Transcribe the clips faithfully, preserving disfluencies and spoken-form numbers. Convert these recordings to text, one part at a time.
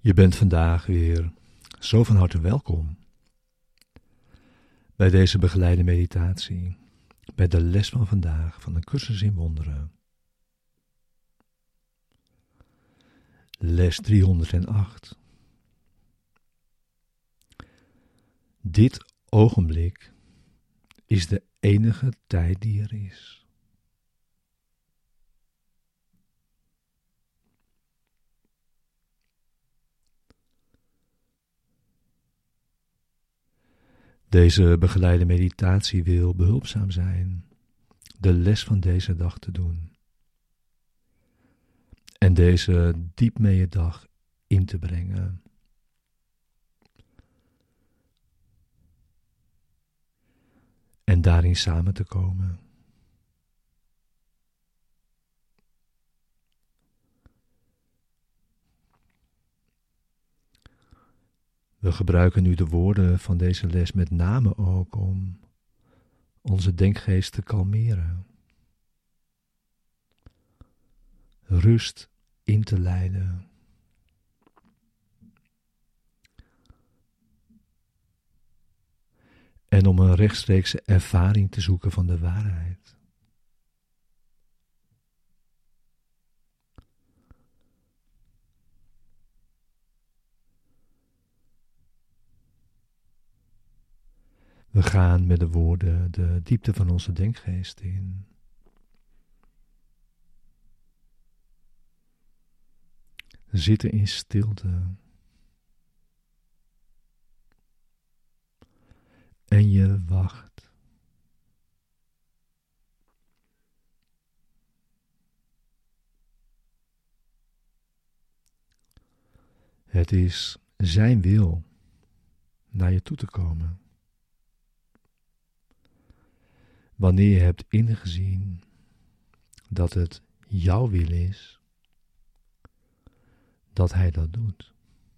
Je bent vandaag weer zo van harte welkom bij deze begeleide meditatie, bij de les van vandaag van de cursus in wonderen. Les driehonderdacht. Dit ogenblik is de enige tijd die er is. Deze begeleide meditatie wil behulpzaam zijn de les van deze dag te doen en deze diep mee je dag in te brengen. En daarin samen te komen. We gebruiken nu de woorden van deze les met name ook om onze denkgeest te kalmeren. Rust in te leiden. En om een rechtstreekse ervaring te zoeken van de waarheid. We gaan met de woorden de diepte van onze denkgeest in. Zitten in stilte. En je wacht. Het is zijn wil naar je toe te komen. Wanneer je hebt ingezien dat het jouw wil is, dat hij dat doet.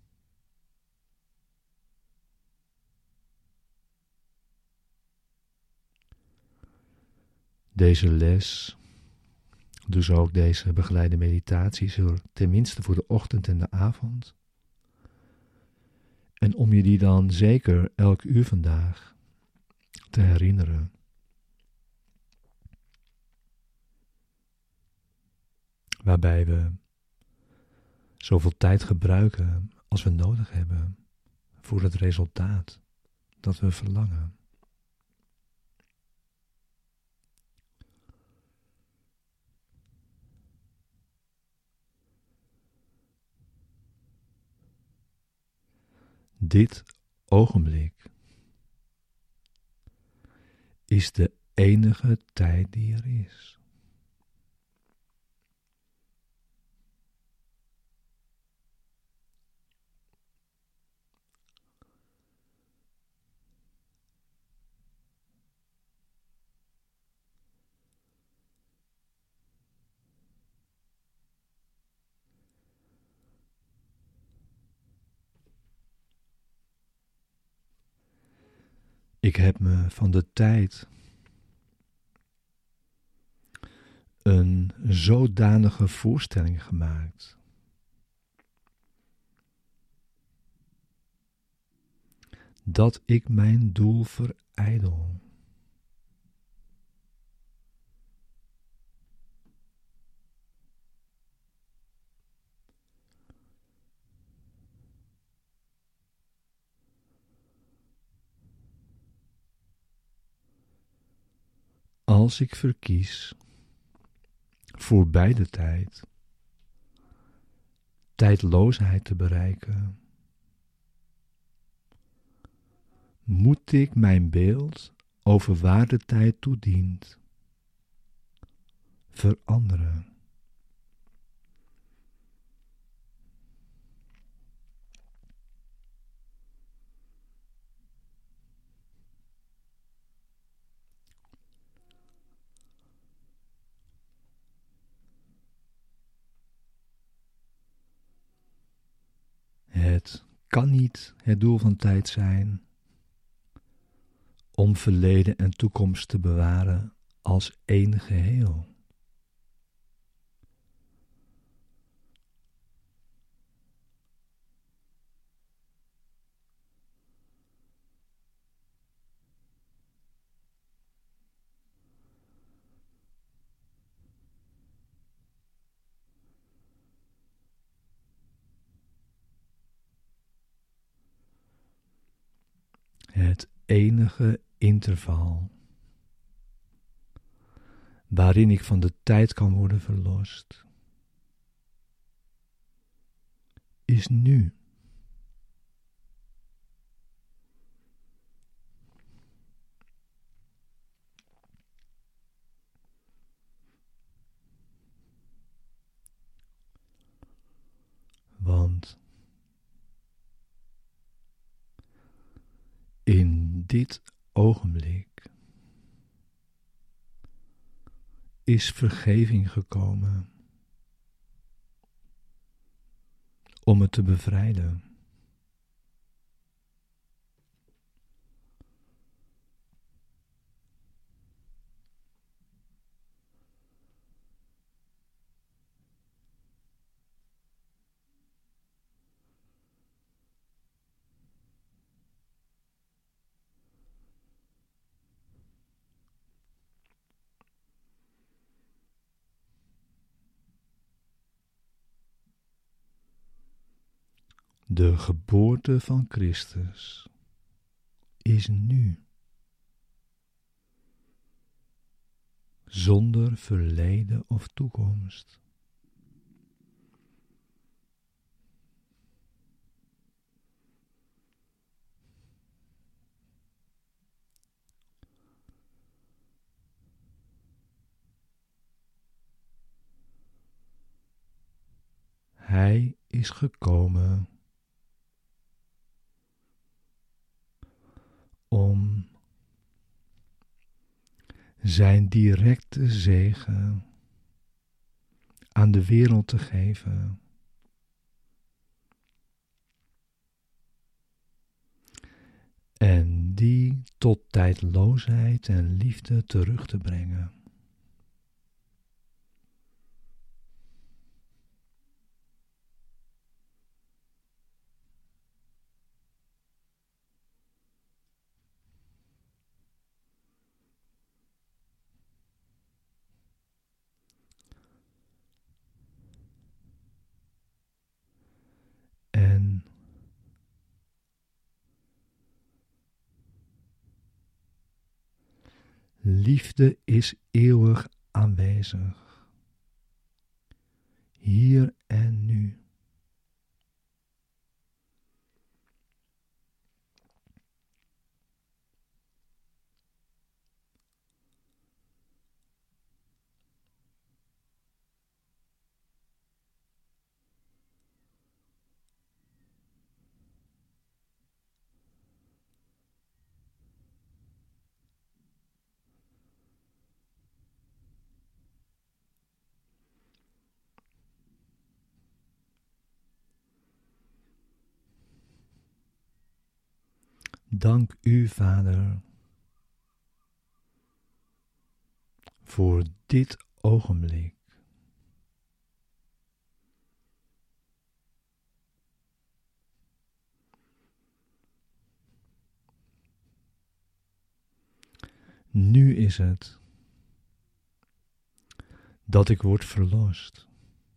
Deze les, dus ook deze begeleide meditatie, zullen tenminste voor de ochtend en de avond. En om je die dan zeker elk uur vandaag te herinneren. Waarbij we zoveel tijd gebruiken als we nodig hebben voor het resultaat dat we verlangen. Dit ogenblik is de enige tijd die er is. Ik heb me van de tijd een zodanige voorstelling gemaakt dat ik mijn doel verijdel. Als ik verkies voorbij de tijd tijdloosheid te bereiken, moet ik mijn beeld over waar de tijd toe dient veranderen. Het kan niet het doel van tijd zijn om verleden en toekomst te bewaren als één geheel. Het enige interval waarin ik van de tijd kan worden verlost, is nu. Want in dit ogenblik is vergeving gekomen om het te bevrijden. De geboorte van Christus is nu, zonder verleden of toekomst. Hij is gekomen om zijn directe zegen aan de wereld te geven. En die tot tijdloosheid en liefde terug te brengen. En liefde is eeuwig aanwezig, hier en nu. Dank u, Vader, voor dit ogenblik. Nu is het dat ik word verlost.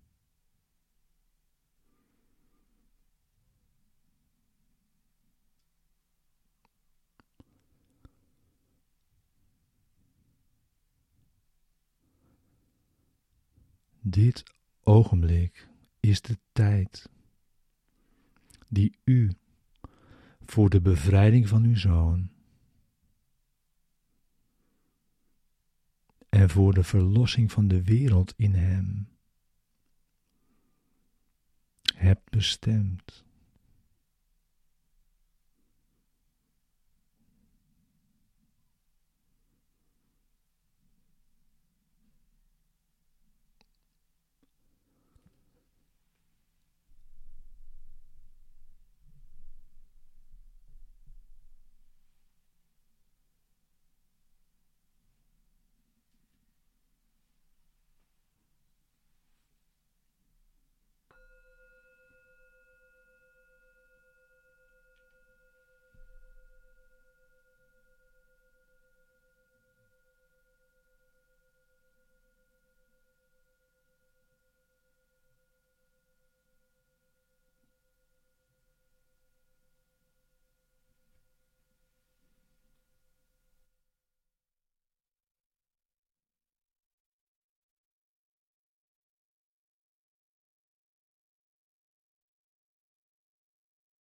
Dit ogenblik is de tijd die u voor de bevrijding van uw Zoon en voor de verlossing van de wereld in hem hebt bestemd.